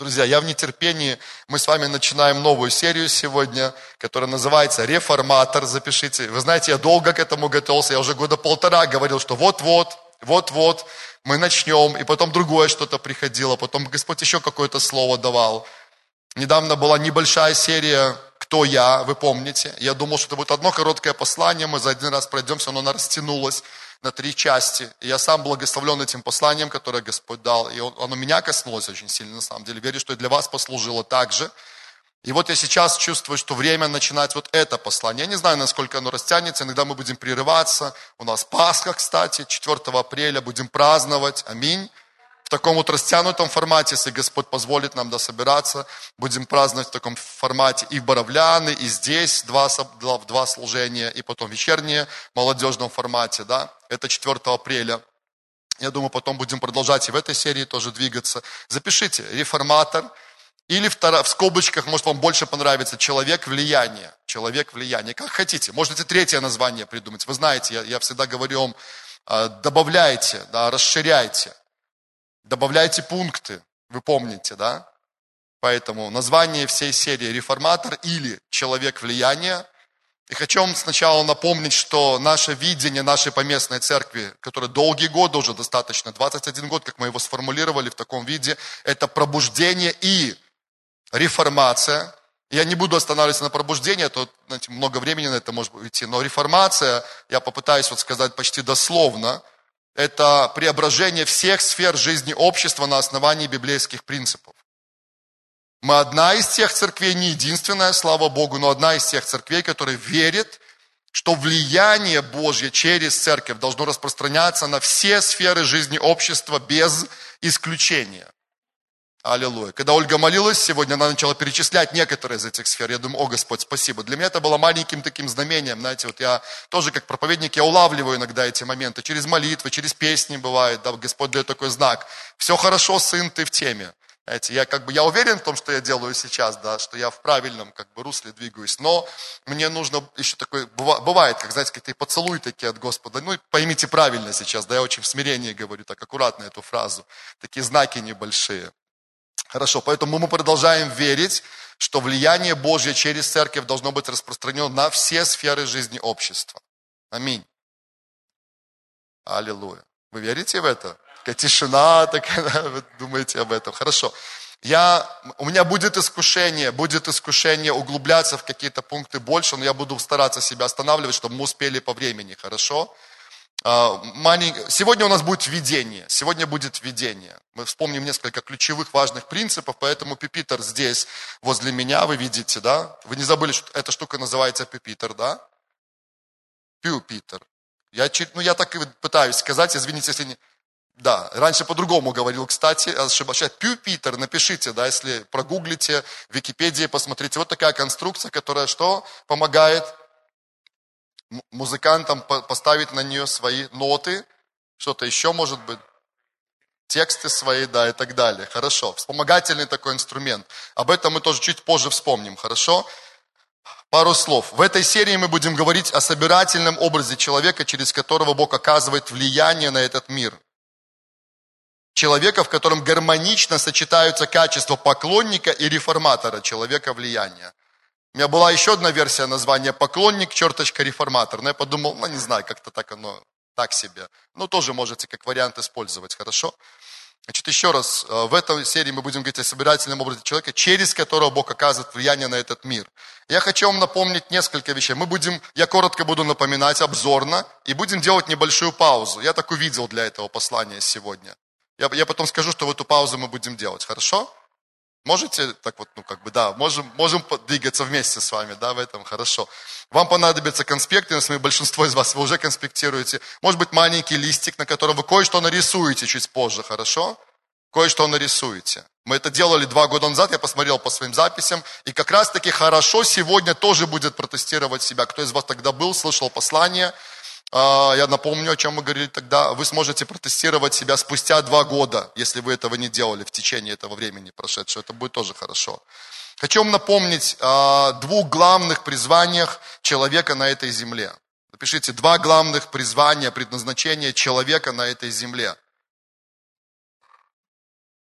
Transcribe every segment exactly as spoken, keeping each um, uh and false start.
Друзья, я в нетерпении. Мы с вами начинаем новую серию сегодня, которая называется «Реформатор». Запишите. Вы знаете, я долго к этому готовился. Я уже года полтора говорил, что вот-вот, вот-вот мы начнем. И потом другое что-то приходило. Потом Господь еще какое-то слово давал. Недавно была небольшая серия «Кто я?», вы помните. Я думал, что это будет одно короткое послание. Мы за один раз пройдемся, но оно растянулось на три части. И я сам благословлен этим посланием, которое Господь дал. И он, оно меня коснулось очень сильно, на самом деле. Верю, что и для вас послужило так же. И вот я сейчас чувствую, что время начинать вот это послание. Я не знаю, насколько оно растянется. Иногда мы будем прерываться. У нас Пасха, кстати, четвёртого апреля. Будем праздновать. Аминь. В таком вот растянутом формате, если Господь позволит нам собираться, будем праздновать в таком формате и в Боровляны, и здесь два, два, два служения, и потом вечернее в молодежном формате, да, это четвёртого апреля. Я думаю, потом будем продолжать и в этой серии тоже двигаться. Запишите, реформатор, или в скобочках, может, вам больше понравится, человек влияния, человек влияния, как хотите, можете третье название придумать. Вы знаете, я, я всегда говорю вам, добавляйте, да, расширяйте. Добавляйте пункты, вы помните, да? Поэтому название всей серии «Реформатор» или «Человек влияния». И хочу вам сначала напомнить, что наше видение нашей поместной церкви, которое долгие годы уже достаточно, двадцать один год, как мы его сформулировали в таком виде, это пробуждение и реформация. Я не буду останавливаться на пробуждении, а то, знаете, много времени на это может уйти, но реформация, я попытаюсь вот сказать почти дословно, это преображение всех сфер жизни общества на основании библейских принципов. Мы одна из тех церквей, не единственная, слава Богу, но одна из тех церквей, которая верит, что влияние Божье через церковь должно распространяться на все сферы жизни общества без исключения. Аллилуйя. Когда Ольга молилась сегодня, она начала перечислять некоторые из этих сфер. Я думаю, о, Господь, спасибо. Для меня это было маленьким таким знамением. Знаете, вот я тоже как проповедник, я улавливаю иногда эти моменты. Через молитвы, через песни бывает. Да, Господь дает такой знак. Все хорошо, сын, ты в теме. Знаете, я как бы, я уверен в том, что я делаю сейчас, да, что я в правильном как бы русле двигаюсь. Но мне нужно еще такой, бывает, как, знаете, какие-то поцелуи такие от Господа. Ну, поймите правильно сейчас, да, я очень в смирении говорю, так аккуратно эту фразу. Такие знаки небольшие. Хорошо, поэтому мы продолжаем верить, что влияние Божье через церковь должно быть распространено на все сферы жизни общества. Аминь. Аллилуйя. Вы верите в это? Такая тишина, такая, да, вы думаете об этом. Хорошо. Я, у меня будет искушение, будет искушение углубляться в какие-то пункты больше, но я буду стараться себя останавливать, чтобы мы успели по времени. Хорошо? Сегодня у нас будет введение. Сегодня будет введение. Мы вспомним несколько ключевых важных принципов, поэтому пюпитр здесь возле меня, вы видите, да? Вы не забыли, что эта штука называется пюпитр, да? Пюпитр. Я, ну, я так и пытаюсь сказать, извините, если не... Да, раньше по-другому говорил, кстати, ошибаюсь. Пюпитр, напишите, да, если прогуглите, в Википедии посмотрите. Вот такая конструкция, которая что? Помогает музыкантам поставить на нее свои ноты, что-то еще может быть, тексты свои, да, и так далее. Хорошо, вспомогательный такой инструмент. Об этом мы тоже чуть позже вспомним, хорошо? Пару слов. В этой серии мы будем говорить о собирательном образе человека, через которого Бог оказывает влияние на этот мир. Человека, в котором гармонично сочетаются качества поклонника и реформатора, человека влияния. У меня была еще одна версия названия «Поклонник, черточка, реформатор». Но я подумал, ну не знаю, как-то так оно, так себе. Ну тоже можете как вариант использовать, хорошо? Значит, еще раз, в этой серии мы будем говорить о собирательном образе человека, через которого Бог оказывает влияние на этот мир. Я хочу вам напомнить несколько вещей. Мы будем, я коротко буду напоминать обзорно, и будем делать небольшую паузу. Я так увидел для этого послания сегодня. Я, я потом скажу, что в эту паузу мы будем делать, хорошо? Можете так вот, ну как бы, да, можем, можем двигаться вместе с вами, да, в этом, хорошо. Вам понадобятся конспекты, если большинство из вас вы уже конспектируете. Может быть, маленький листик, на котором вы кое-что нарисуете чуть позже, хорошо? Кое-что нарисуете. Мы это делали два года назад, я посмотрел по своим записям, и как раз-таки хорошо сегодня тоже будет протестировать себя. Кто из вас тогда был, слышал послание, я напомню, о чем мы говорили тогда. Вы сможете протестировать себя спустя два года, если вы этого не делали в течение этого времени прошедшего. Это будет тоже хорошо. Хочу вам напомнить о двух главных призваниях человека на этой земле. Напишите, два главных призвания, предназначения человека на этой земле.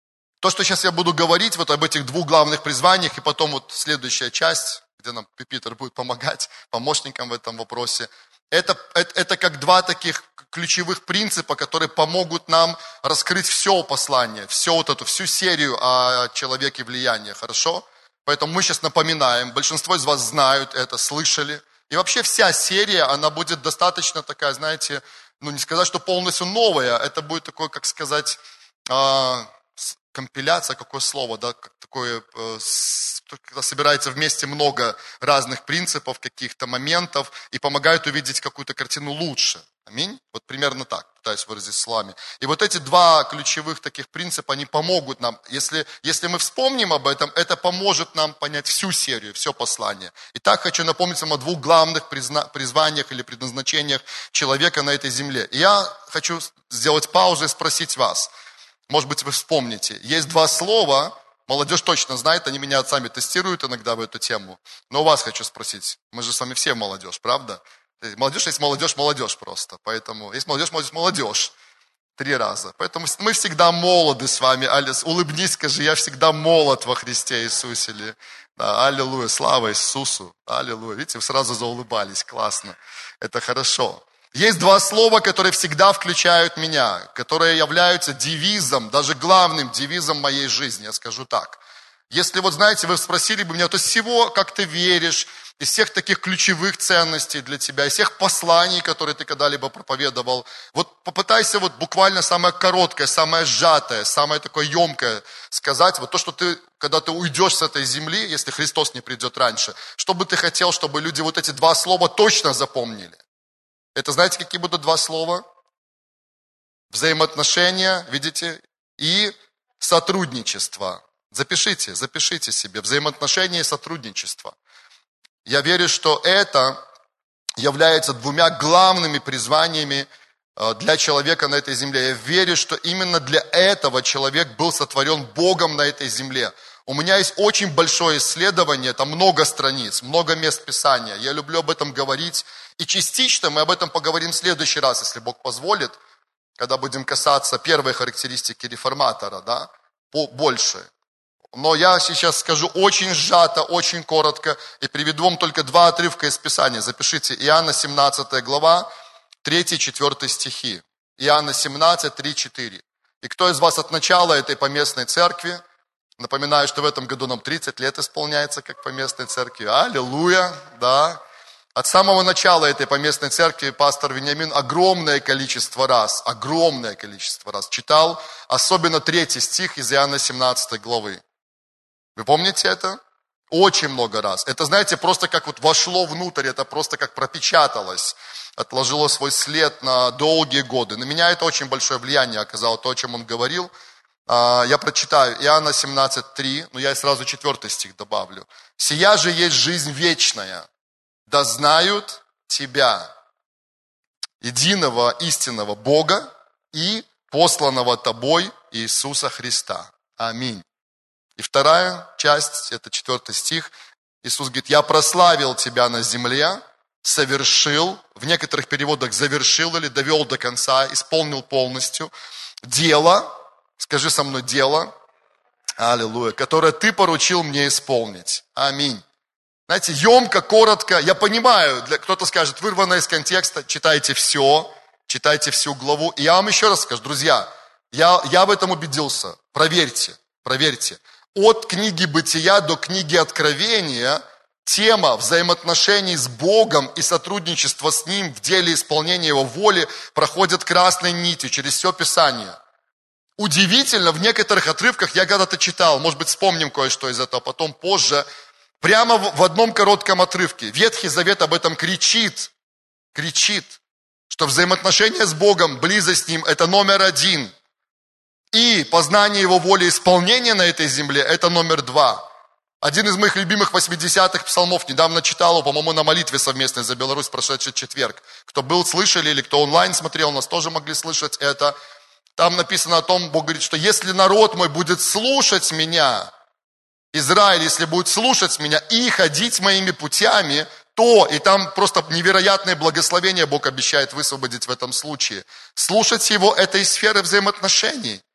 то, что сейчас я буду говорить вот об этих двух главных призваниях, и потом вот следующая часть, где нам Питер будет помогать помощникам в этом вопросе, это, это, это как два таких ключевых принципа, которые помогут нам раскрыть все послание, всю вот эту, всю серию о человеке влияния, хорошо? Поэтому мы сейчас напоминаем, большинство из вас знают это, слышали. И вообще вся серия, она будет достаточно такая, знаете, ну не сказать, что полностью новая, это будет такое, как сказать, э, компиляция, какое слово, да, как такое, э, с, когда собирается вместе много разных принципов, каких-то моментов и помогают увидеть какую-то картину лучше. Аминь. Вот примерно так, пытаюсь выразить словами. И вот эти два ключевых таких принципа, они помогут нам. Если, если мы вспомним об этом, это поможет нам понять всю серию, все послание. Итак, хочу напомнить вам о двух главных призна, призваниях или предназначениях человека на этой земле. И я хочу сделать паузу и спросить вас. Может быть, вы вспомните. Есть два слова, молодежь точно знает, они меня сами тестируют иногда в эту тему. Но у вас хочу спросить. Мы же с вами все молодежь, правда? Молодежь есть молодежь, молодежь просто. Поэтому есть молодежь, молодежь, молодежь. Три раза. Поэтому мы всегда молоды с вами. Алис, улыбнись, скажи, я всегда молод во Христе Иисусе. Да, аллилуйя, слава Иисусу. Аллилуйя. Видите, вы сразу заулыбались. Классно. Это хорошо. Есть два слова, которые всегда включают меня, которые являются девизом, даже главным девизом моей жизни, я скажу так. Если вот, знаете, вы спросили бы меня, то из всего, как ты веришь, из всех таких ключевых ценностей для тебя, из всех посланий, которые ты когда-либо проповедовал, вот попытайся вот буквально самое короткое, самое сжатое, самое такое емкое сказать, вот то, что ты, когда ты уйдешь с этой земли, если Христос не придет раньше, что бы ты хотел, чтобы люди вот эти два слова точно запомнили? Это знаете, какие будут два слова? Взаимоотношения, видите, и сотрудничество. Запишите, запишите себе. Взаимоотношения и сотрудничество. Я верю, что это является двумя главными призваниями для человека на этой земле. Я верю, что именно для этого человек был сотворен Богом на этой земле. У меня есть очень большое исследование, там много страниц, много мест Писания. Я люблю об этом говорить. И частично мы об этом поговорим в следующий раз, если Бог позволит, когда будем касаться первой характеристики реформатора, да, больше. Но я сейчас скажу очень сжато, очень коротко и приведу вам только два отрывка из Писания. Запишите Иоанна семнадцатая глава, три-четыре стихи. Иоанна семнадцать, три, четыре. И кто из вас от начала этой поместной церкви, напоминаю, что в этом году нам тридцать лет исполняется, как поместной церкви. Аллилуйя, да. От самого начала этой поместной церкви пастор Вениамин огромное количество раз, огромное количество раз читал, особенно третий стих из Иоанна семнадцатой главы. Вы помните это? Очень много раз. Это, знаете, просто как вот вошло внутрь, это просто как пропечаталось, отложило свой след на долгие годы. На меня это очень большое влияние оказало, то, о чем он говорил. Я прочитаю Иоанна семнадцать, три, но я сразу четвертый стих добавлю. «Сия же есть жизнь вечная, да знают Тебя, единого истинного Бога и посланного Тобой Иисуса Христа». Аминь. И вторая часть, это четвертый стих. Иисус говорит, «Я прославил Тебя на земле, совершил», в некоторых переводах завершил или довел до конца, исполнил полностью, дело, скажи со мной, дело, аллилуйя, которое Ты поручил мне исполнить. Аминь. Знаете, емко, коротко, я понимаю, для, кто-то скажет, вырвано из контекста, читайте все, читайте всю главу. И я вам еще раз скажу, друзья, я, я в этом убедился, проверьте, проверьте. От книги Бытия до книги Откровения тема взаимоотношений с Богом и сотрудничества с Ним в деле исполнения Его воли проходит красной нитью через все Писание. Удивительно, в некоторых отрывках, я когда-то читал, может быть, вспомним кое-что из этого, потом позже, прямо в одном коротком отрывке Ветхий Завет об этом кричит, кричит, что взаимоотношения с Богом, близость с Ним – это номер один. И познание Его воли, исполнение на этой земле – это номер два. Один из моих любимых восьмидесятых псалмов, недавно читал его, по-моему, на молитве совместной за Беларусь, прошедший четверг. Кто был, слышали, или кто онлайн смотрел, нас тоже могли слышать это. Там написано о том, Бог говорит, что если народ мой будет слушать меня, Израиль, если будет слушать меня и ходить моими путями, то, и там просто невероятное благословение Бог обещает высвободить в этом случае. Слушать Его – это из сферы взаимоотношений.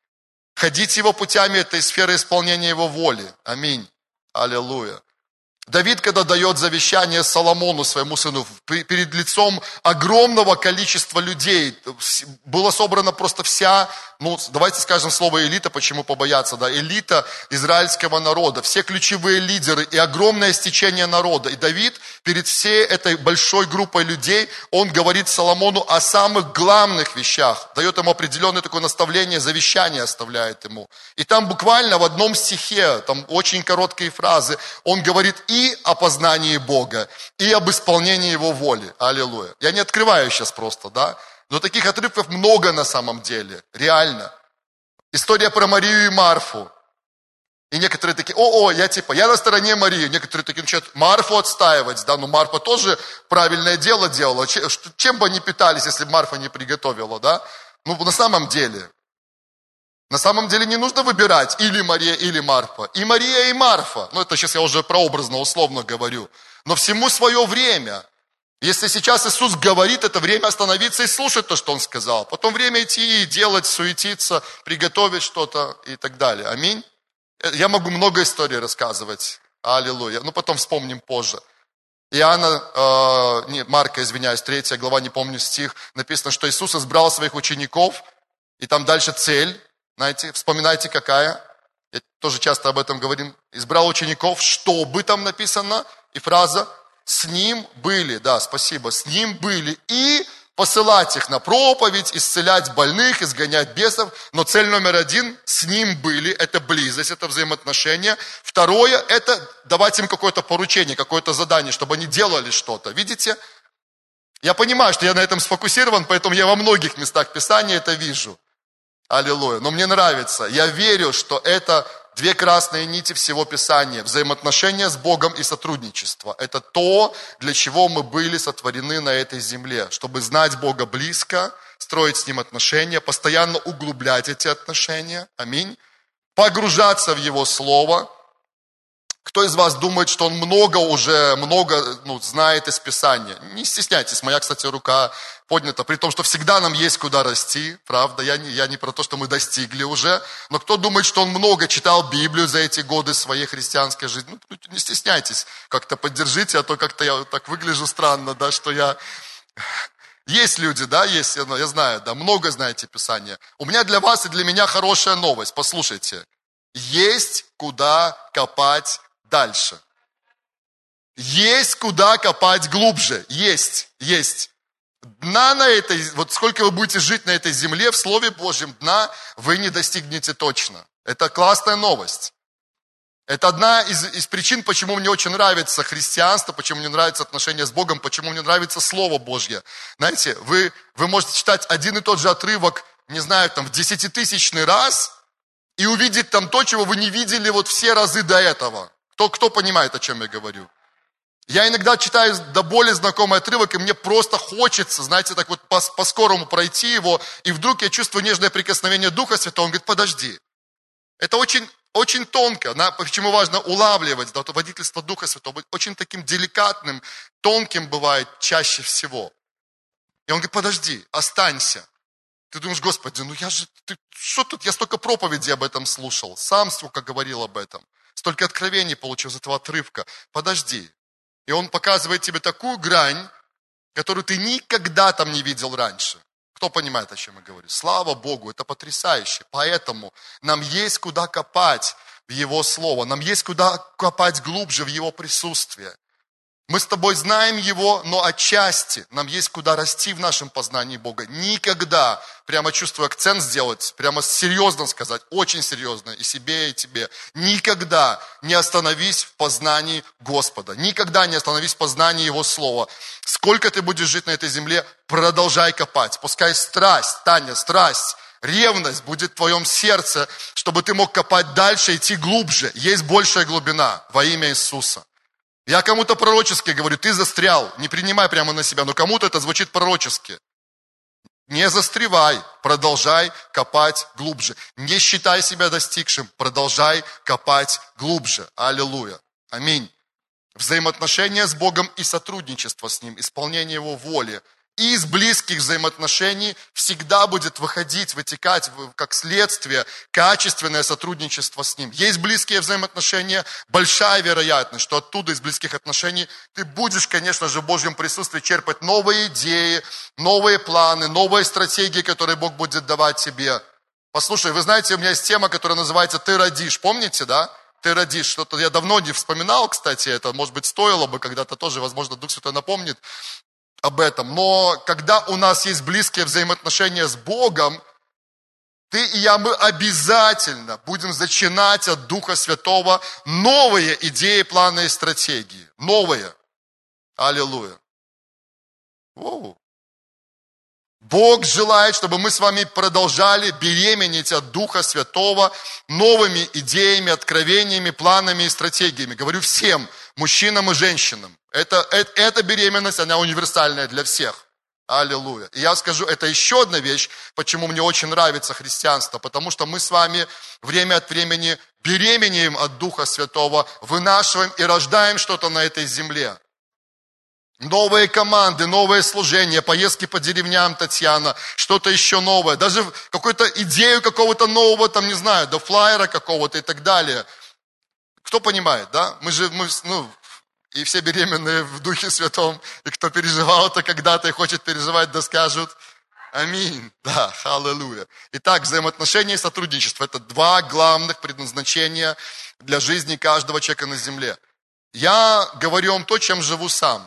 Ходить Его путями – это и сфера исполнения Его воли. Аминь. Аллилуйя. Давид, когда дает завещание Соломону, своему сыну, перед лицом огромного количества людей, была собрана просто вся, ну, давайте скажем слово элита, почему побояться, да, элита израильского народа, все ключевые лидеры и огромное стечение народа. И Давид перед всей этой большой группой людей, он говорит Соломону о самых главных вещах, дает ему определенное такое наставление, завещание оставляет ему. И там буквально в одном стихе, там очень короткие фразы, он говорит и о познании Бога, и об исполнении Его воли. Аллилуйя. Я не открываю сейчас просто, да? Но таких отрывков много на самом деле. Реально. История про Марию и Марфу. И некоторые такие, о-о, я типа, я на стороне Марии. Некоторые такие начинают Марфу отстаивать, да? Но Марфа тоже правильное дело делала. Чем бы они питались, если бы Марфа не приготовила, да? Ну, на самом деле. На самом деле не нужно выбирать или Мария, или Марфа. И Мария, и Марфа. Ну, это сейчас я уже прообразно, условно говорю. Но всему свое время. Если сейчас Иисус говорит, это время остановиться и слушать то, что Он сказал. Потом время идти и делать, суетиться, приготовить что-то и так далее. Аминь. Я могу много историй рассказывать. Аллилуйя. Ну, потом вспомним позже. Иоанна, э, нет, Марка, извиняюсь, третья глава, не помню стих, написано, что Иисус избрал своих учеников, и там дальше цель. Знаете, вспоминайте, какая. Я тоже часто об этом говорим. Избрал учеников, чтобы там написано. И фраза «с ним были». Да, спасибо. «С ним были». И посылать их на проповедь, исцелять больных, изгонять бесов. Но цель номер один – с ним были. Это близость, это взаимоотношения. Второе – это давать им какое-то поручение, какое-то задание, чтобы они делали что-то. Видите? Я понимаю, что я на этом сфокусирован, поэтому я во многих местах Писания это вижу. Аллилуйя. Но мне нравится. Я верю, что это две красные нити всего Писания. Взаимоотношения с Богом и сотрудничество. Это то, для чего мы были сотворены на этой земле. Чтобы знать Бога близко, строить с Ним отношения, постоянно углублять эти отношения. Аминь. Погружаться в Его Слово. Кто из вас думает, что он много уже, много ну, знает из Писания? Не стесняйтесь, моя, кстати, рука поднята, при том, что всегда нам есть куда расти, правда, я не, я не про то, что мы достигли уже, но кто думает, что он много читал Библию за эти годы своей христианской жизни, ну, не стесняйтесь, как-то поддержите, а то как-то я так выгляжу странно, да, что я... Есть люди, да, есть, я знаю, да, много знаете Писания. У меня для вас и для меня хорошая новость, послушайте. Есть куда копать дальше. Есть куда копать глубже. Есть, есть. Дна на этой, вот сколько вы будете жить на этой земле, в Слове Божьем, дна вы не достигнете точно. Это классная новость. Это одна из, из причин, почему мне очень нравится христианство, почему мне нравится отношения с Богом, почему мне нравится Слово Божье. Знаете, вы, вы можете читать один и тот же отрывок, не знаю, там, в десятитысячный раз и увидеть там то, чего вы не видели вот все разы до этого. Кто, кто понимает, о чем я говорю? Я иногда читаю до боли знакомый отрывок, и мне просто хочется, знаете, так вот по-скорому пройти его, и вдруг я чувствую нежное прикосновение Духа Святого, он говорит, подожди. Это очень, очень тонко, да? Почему важно улавливать, да, то водительство Духа Святого, очень таким деликатным, тонким бывает чаще всего. И он говорит, подожди, останься. Ты думаешь, Господи, ну я же, ты, что тут, я столько проповедей об этом слушал, сам столько говорил об этом, столько откровений получил из этого отрывка. Подожди. И он показывает тебе такую грань, которую ты никогда там не видел раньше. Кто понимает, о чем я говорю? Слава Богу, это потрясающе. Поэтому нам есть куда копать в Его Слово, нам есть куда копать глубже в Его присутствие. Мы с тобой знаем Его, но отчасти нам есть куда расти в нашем познании Бога. Никогда, прямо чувствую акцент сделать, прямо серьезно сказать, очень серьезно и себе, и тебе, никогда не остановись в познании Господа. Никогда не остановись в познании Его Слова. Сколько ты будешь жить на этой земле, продолжай копать. Пускай страсть, Таня, страсть, ревность будет в твоем сердце, чтобы ты мог копать дальше, идти глубже. Есть большая глубина во имя Иисуса. Я кому-то пророчески говорю, ты застрял, не принимай прямо на себя, но кому-то это звучит пророчески. Не застревай, продолжай копать глубже. Не считай себя достигшим, продолжай копать глубже. Аллилуйя. Аминь. Взаимоотношения с Богом и сотрудничество с Ним, исполнение Его воли. из близких взаимоотношений всегда будет выходить, вытекать как следствие качественное сотрудничество с Ним. Есть близкие взаимоотношения, большая вероятность, что оттуда, из близких отношений, ты будешь, конечно же, в Божьем присутствии черпать новые идеи, новые планы, новые стратегии, которые Бог будет давать тебе. Послушай, вы знаете, у меня есть тема, которая называется «Ты родишь». Помните, да? Ты родишь. Что-то я давно не вспоминал, кстати, это, может быть, стоило бы когда-то тоже, возможно, Дух Святой напомнит об этом. Но когда у нас есть близкие взаимоотношения с Богом, ты и я, мы обязательно будем зачинать от Духа Святого новые идеи, планы и стратегии. Новые. Аллилуйя. Воу. Бог желает, чтобы мы с вами продолжали беременеть от Духа Святого новыми идеями, откровениями, планами и стратегиями. Говорю всем, мужчинам и женщинам. Это, это, эта беременность, она универсальная для всех. Аллилуйя. И я скажу, это еще одна вещь, почему мне очень нравится христианство. Потому что мы с вами время от времени беременеем от Духа Святого, вынашиваем и рождаем что-то на этой земле. Новые команды, новые служения, поездки по деревням, Татьяна, что-то еще новое. Даже какую-то идею какого-то нового, там, не знаю, до флайера какого-то и так далее. Кто понимает, да? Мы же, мы, ну, и все беременные в Духе Святом, и кто переживал это когда-то и хочет переживать, да скажут аминь. Да, аллилуйя. Итак, взаимоотношения и сотрудничество – это два главных предназначения для жизни каждого человека на земле. Я говорю вам то, чем живу сам.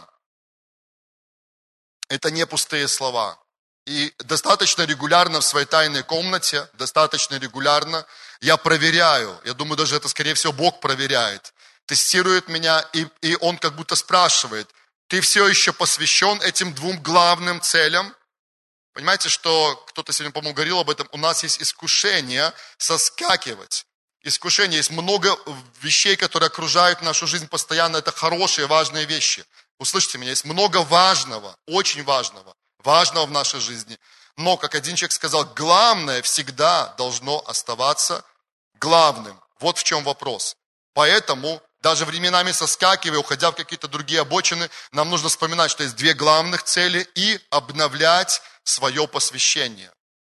Это не пустые слова. И достаточно регулярно в своей тайной комнате, достаточно регулярно я проверяю. Я думаю, даже это, скорее всего, Бог проверяет. Тестирует меня, и, и Он как будто спрашивает, ты все еще посвящен этим двум главным целям? Понимаете, что кто-то сегодня, по-моему, говорил об этом, у нас есть искушение соскакивать. Искушение, есть много вещей, которые окружают нашу жизнь постоянно, это хорошие, важные вещи. Услышьте меня, есть много важного, очень важного, важного в нашей жизни. Но, как один человек сказал, главное всегда должно оставаться главным. Вот в чем вопрос. Поэтому, даже временами соскакивая, уходя в какие-то другие обочины, нам нужно вспоминать, что есть две главных цели и обновлять свое посвящение.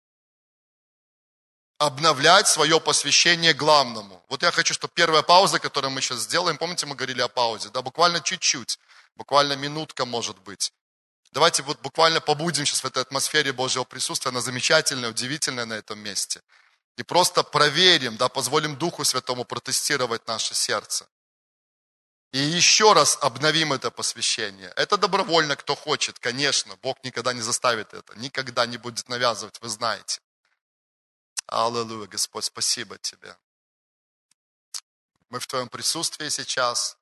Обновлять свое посвящение главному. Вот я хочу, чтобы первая пауза, которую мы сейчас сделаем, помните, мы говорили о паузе, да, буквально чуть-чуть. Буквально минутка, может быть. Давайте вот буквально побудем сейчас в этой атмосфере Божьего присутствия. Она замечательная, удивительная на этом месте. И просто проверим, да, позволим Духу Святому протестировать наше сердце. И еще раз обновим это посвящение. Это добровольно, кто хочет, конечно. Бог никогда не заставит это. Никогда не будет навязывать, вы знаете. Аллилуйя, Господь, спасибо Тебе. Мы в Твоем присутствии сейчас.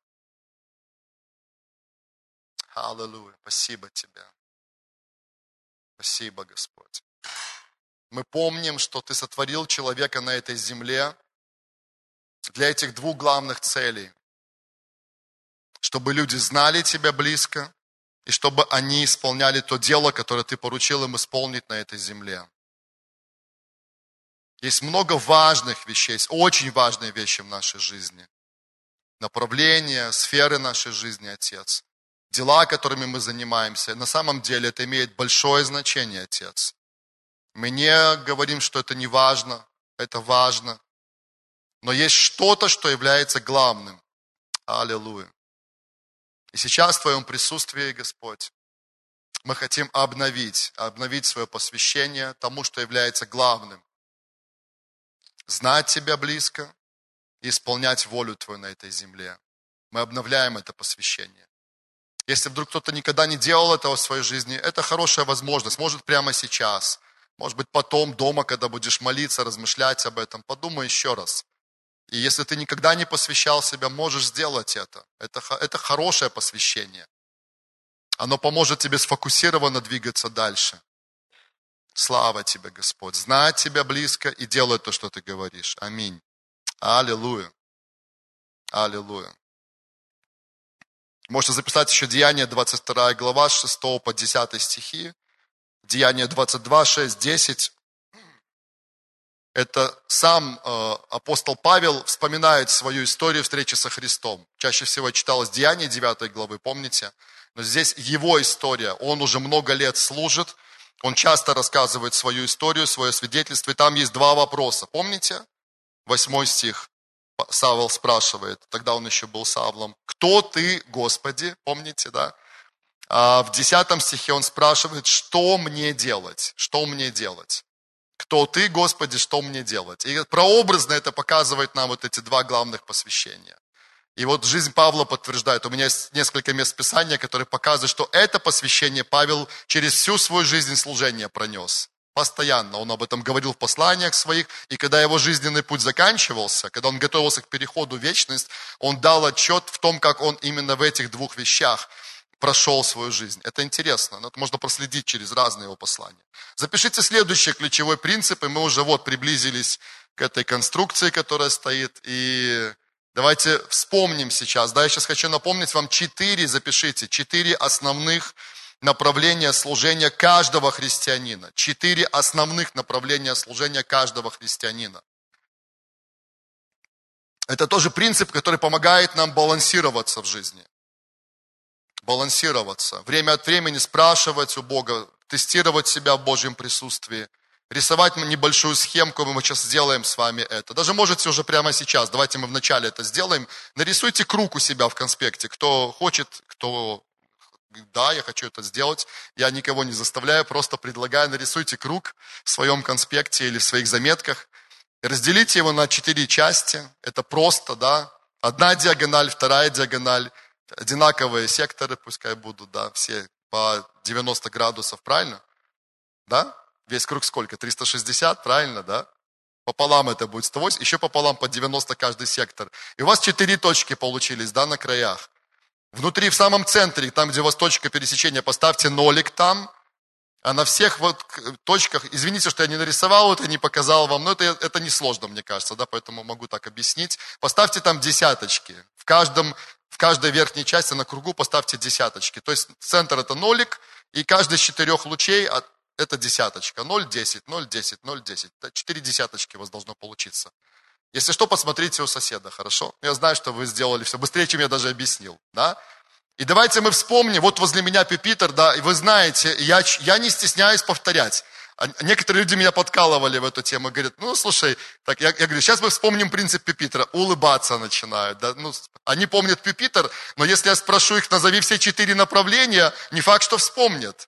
Аллилуйя. Спасибо Тебе. Спасибо, Господь. Мы помним, что Ты сотворил человека на этой земле для этих двух главных целей. Чтобы люди знали Тебя близко, и чтобы они исполняли то дело, которое Ты поручил им исполнить на этой земле. Есть много важных вещей, есть очень важные вещи в нашей жизни. Направления, сферы нашей жизни, Отец. Дела, которыми мы занимаемся, на самом деле это имеет большое значение, Отец. Мы не говорим, что это не важно, это важно. Но есть что-то, что является главным. Аллилуйя. И сейчас в Твоем присутствии, Господь, мы хотим обновить, обновить свое посвящение тому, что является главным. Знать Тебя близко и исполнять волю Твою на этой земле. Мы обновляем это посвящение. Если вдруг кто-то никогда не делал этого в своей жизни, это хорошая возможность. Может, прямо сейчас. Может быть, потом, дома, когда будешь молиться, размышлять об этом. Подумай еще раз. И если ты никогда не посвящал себя, можешь сделать это. Это, это хорошее посвящение. Оно поможет тебе сфокусированно двигаться дальше. Слава Тебе, Господь. Знать Тебя близко и делать то, что Ты говоришь. Аминь. Аллилуйя. Аллилуйя. Можете записать еще Деяния двадцать вторая глава, с шестого по десятый стихи. Деяния двадцать два, шесть, десять. Это сам э, апостол Павел вспоминает свою историю встречи со Христом. Чаще всего читалось Деяния девятой главы, помните? Но здесь его история. Он уже много лет служит. Он часто рассказывает свою историю, свое свидетельство. И там есть два вопроса. Помните? Восьмой стих. Савл спрашивает, тогда он еще был Савлом. Кто ты, Господи? Помните, да? А в десятом стихе он спрашивает, что мне делать? Что мне делать? Кто ты, Господи, что мне делать? И прообразно это показывает нам вот эти два главных посвящения. И вот жизнь Павла подтверждает. У меня есть несколько мест Писания, которые показывают, что это посвящение Павел через всю свою жизнь служения пронес. Постоянно. Он об этом говорил в посланиях своих. И когда его жизненный путь заканчивался, когда он готовился к переходу в вечность, он дал отчет в том, как он именно в этих двух вещах прошел свою жизнь. Это интересно, но это можно проследить через разные его послания. Запишите следующий ключевой принцип, и мы уже вот приблизились к этой конструкции, которая стоит. И давайте вспомним сейчас. Да, я сейчас хочу напомнить вам четыре, запишите, четыре основных направления служения каждого христианина. Четыре основных направления служения каждого христианина. Это тоже принцип, который помогает нам балансироваться в жизни. Балансироваться. Время от времени спрашивать у Бога, тестировать себя в Божьем присутствии, рисовать небольшую схемку, мы сейчас сделаем с вами это. Даже можете уже прямо сейчас, давайте мы вначале это сделаем. Нарисуйте круг у себя в конспекте. Кто хочет, кто... Да, я хочу это сделать. Я никого не заставляю, просто предлагаю, нарисуйте круг в своем конспекте или в своих заметках. Разделите его на четыре части. Это просто, да. Одна диагональ, вторая диагональ. Одинаковые секторы, пускай будут, да, все по девяносто градусов, правильно? Да? Весь круг сколько? триста шестьдесят, правильно, да? Пополам это будет сто восемьдесят, еще пополам по девяносто каждый сектор. И у вас четыре точки получились, да, на краях. Внутри, в самом центре, там, где у вас точка пересечения, поставьте нолик там, а на всех вот точках, извините, что я не нарисовал это, не показал вам, но это, это несложно, мне кажется, да, поэтому могу так объяснить. Поставьте там десяточки. В каждом, в каждой верхней части на кругу поставьте десяточки. То есть центр это нолик, и каждый из четырех лучей это десяточка. ноль, десять, ноль, десять, ноль, десять. Четыре десяточки у вас должно получиться. Если что, посмотрите у соседа, хорошо? Я знаю, что вы сделали все быстрее, чем я даже объяснил, да? И давайте мы вспомним, вот возле меня пюпитр, да, и вы знаете, я, я не стесняюсь повторять. А некоторые люди меня подкалывали в эту тему, говорят, ну, слушай, так, я, я говорю, сейчас мы вспомним принцип пюпитра, улыбаться начинают, да, ну, они помнят пюпитр, но если я спрошу их, назови все четыре направления, не факт, что вспомнят.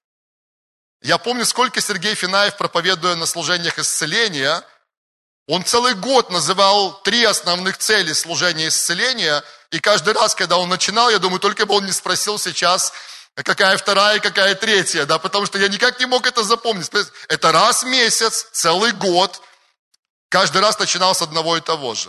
Я помню, сколько Сергей Финаев, проповедуя на служениях исцеления, он целый год называл три основных цели служения исцеления, и каждый раз, когда он начинал, я думаю, только бы он не спросил сейчас, какая вторая, какая третья, да, потому что я никак не мог это запомнить. Это раз в месяц, целый год, каждый раз начинал с одного и того же.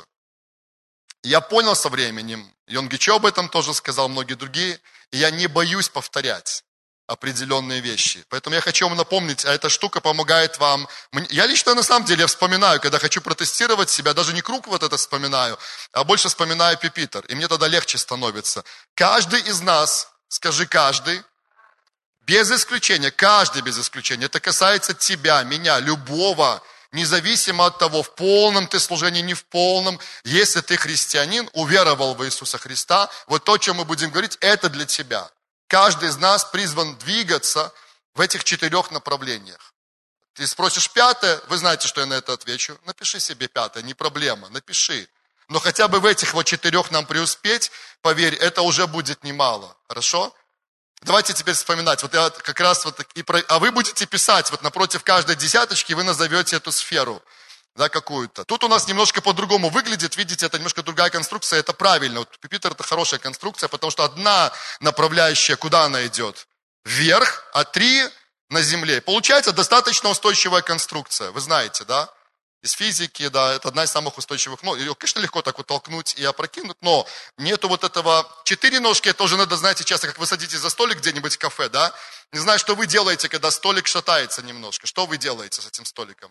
И я понял со временем, Йонгичо об этом тоже сказал, многие другие, и я не боюсь повторять определенные вещи. Поэтому я хочу вам напомнить, а эта штука помогает вам. Я лично на самом деле вспоминаю, когда хочу протестировать себя, даже не круг вот это вспоминаю, а больше вспоминаю пюпитр. И мне тогда легче становится. Каждый из нас, скажи каждый, без исключения, каждый без исключения, это касается тебя, меня, любого, независимо от того, в полном ты служении, не в полном, если ты христианин, уверовал в Иисуса Христа, вот то, о чем мы будем говорить, это для тебя. Каждый из нас призван двигаться в этих четырех направлениях. Ты спросишь пятое, вы знаете, что я на это отвечу. Напиши себе пятое, не проблема, напиши. Но хотя бы в этих вот четырех нам преуспеть, поверь, это уже будет немало. Хорошо? Давайте теперь вспоминать. Вот я как раз вот и про... А вы будете писать, вот напротив каждой десяточки вы назовете эту сферу. Да, какую-то. Тут у нас немножко по-другому выглядит, видите, это немножко другая конструкция, это правильно. Вот пюпитр это хорошая конструкция, потому что одна направляющая, куда она идет? Вверх, а три на земле. Получается достаточно устойчивая конструкция, вы знаете, да? Из физики, да, это одна из самых устойчивых. Ну, ее, конечно, легко так вот толкнуть и опрокинуть, но нету вот этого... Четыре ножки, это уже надо, знаете, часто, как вы садитесь за столик где-нибудь в кафе, да? Не знаю, что вы делаете, когда столик шатается немножко. Что вы делаете с этим столиком?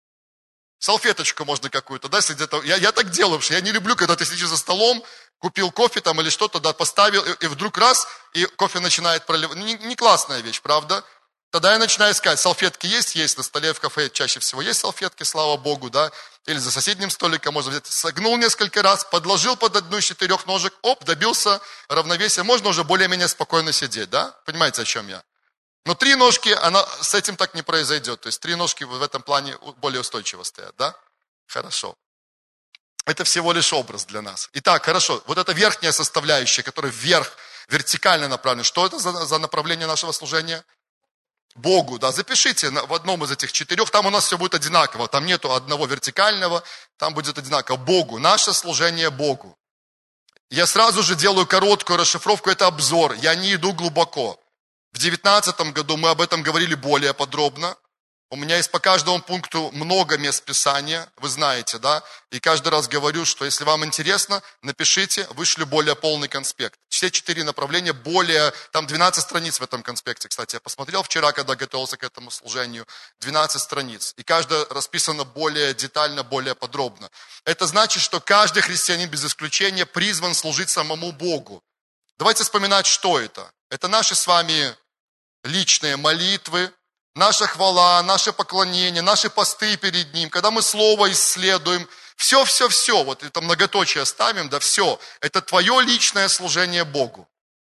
Салфеточку можно какую-то, да, если где-то... Я, я так делаю, потому что я не люблю, когда ты сидишь за столом, купил кофе там или что-то, да, поставил, и, и вдруг раз, и кофе начинает проливать. Не, не классная вещь, правда? Тогда я начинаю искать, салфетки есть? Есть, на столе в кафе чаще всего есть салфетки, слава Богу, да, или за соседним столиком можно взять. Согнул несколько раз, подложил под одну из четырех ножек, оп, добился равновесия, можно уже более-менее спокойно сидеть, да, понимаете, о чем я? Но три ножки, она, с этим так не произойдет, то есть три ножки в этом плане более устойчиво стоят, да, хорошо. Это всего лишь образ для нас. Итак, хорошо, вот эта верхняя составляющая, которая вверх, вертикально направлена, что это за, за направление нашего служения? Богу, да, запишите в одном из этих четырех, там у нас все будет одинаково, там нету одного вертикального, там будет одинаково. Богу, наше служение Богу. Я сразу же делаю короткую расшифровку, это обзор, я не иду глубоко. В девятнадцатом году мы об этом говорили более подробно. У меня есть по каждому пункту много мест Писания, вы знаете, да? И каждый раз говорю, что если вам интересно, напишите, вышлю более полный конспект. Все четыре направления, более, там двенадцать страниц в этом конспекте, кстати. Я посмотрел вчера, когда готовился к этому служению, двенадцать страниц. И каждая расписана более детально, более подробно. Это значит, что каждый христианин без исключения призван служить самому Богу. Давайте вспоминать, что это. Это наши с вами личные молитвы, наша хвала, наше поклонение, наши посты перед Ним, когда мы Слово исследуем, все-все-все, вот это многоточие ставим, да, все, это твое личное служение Богу.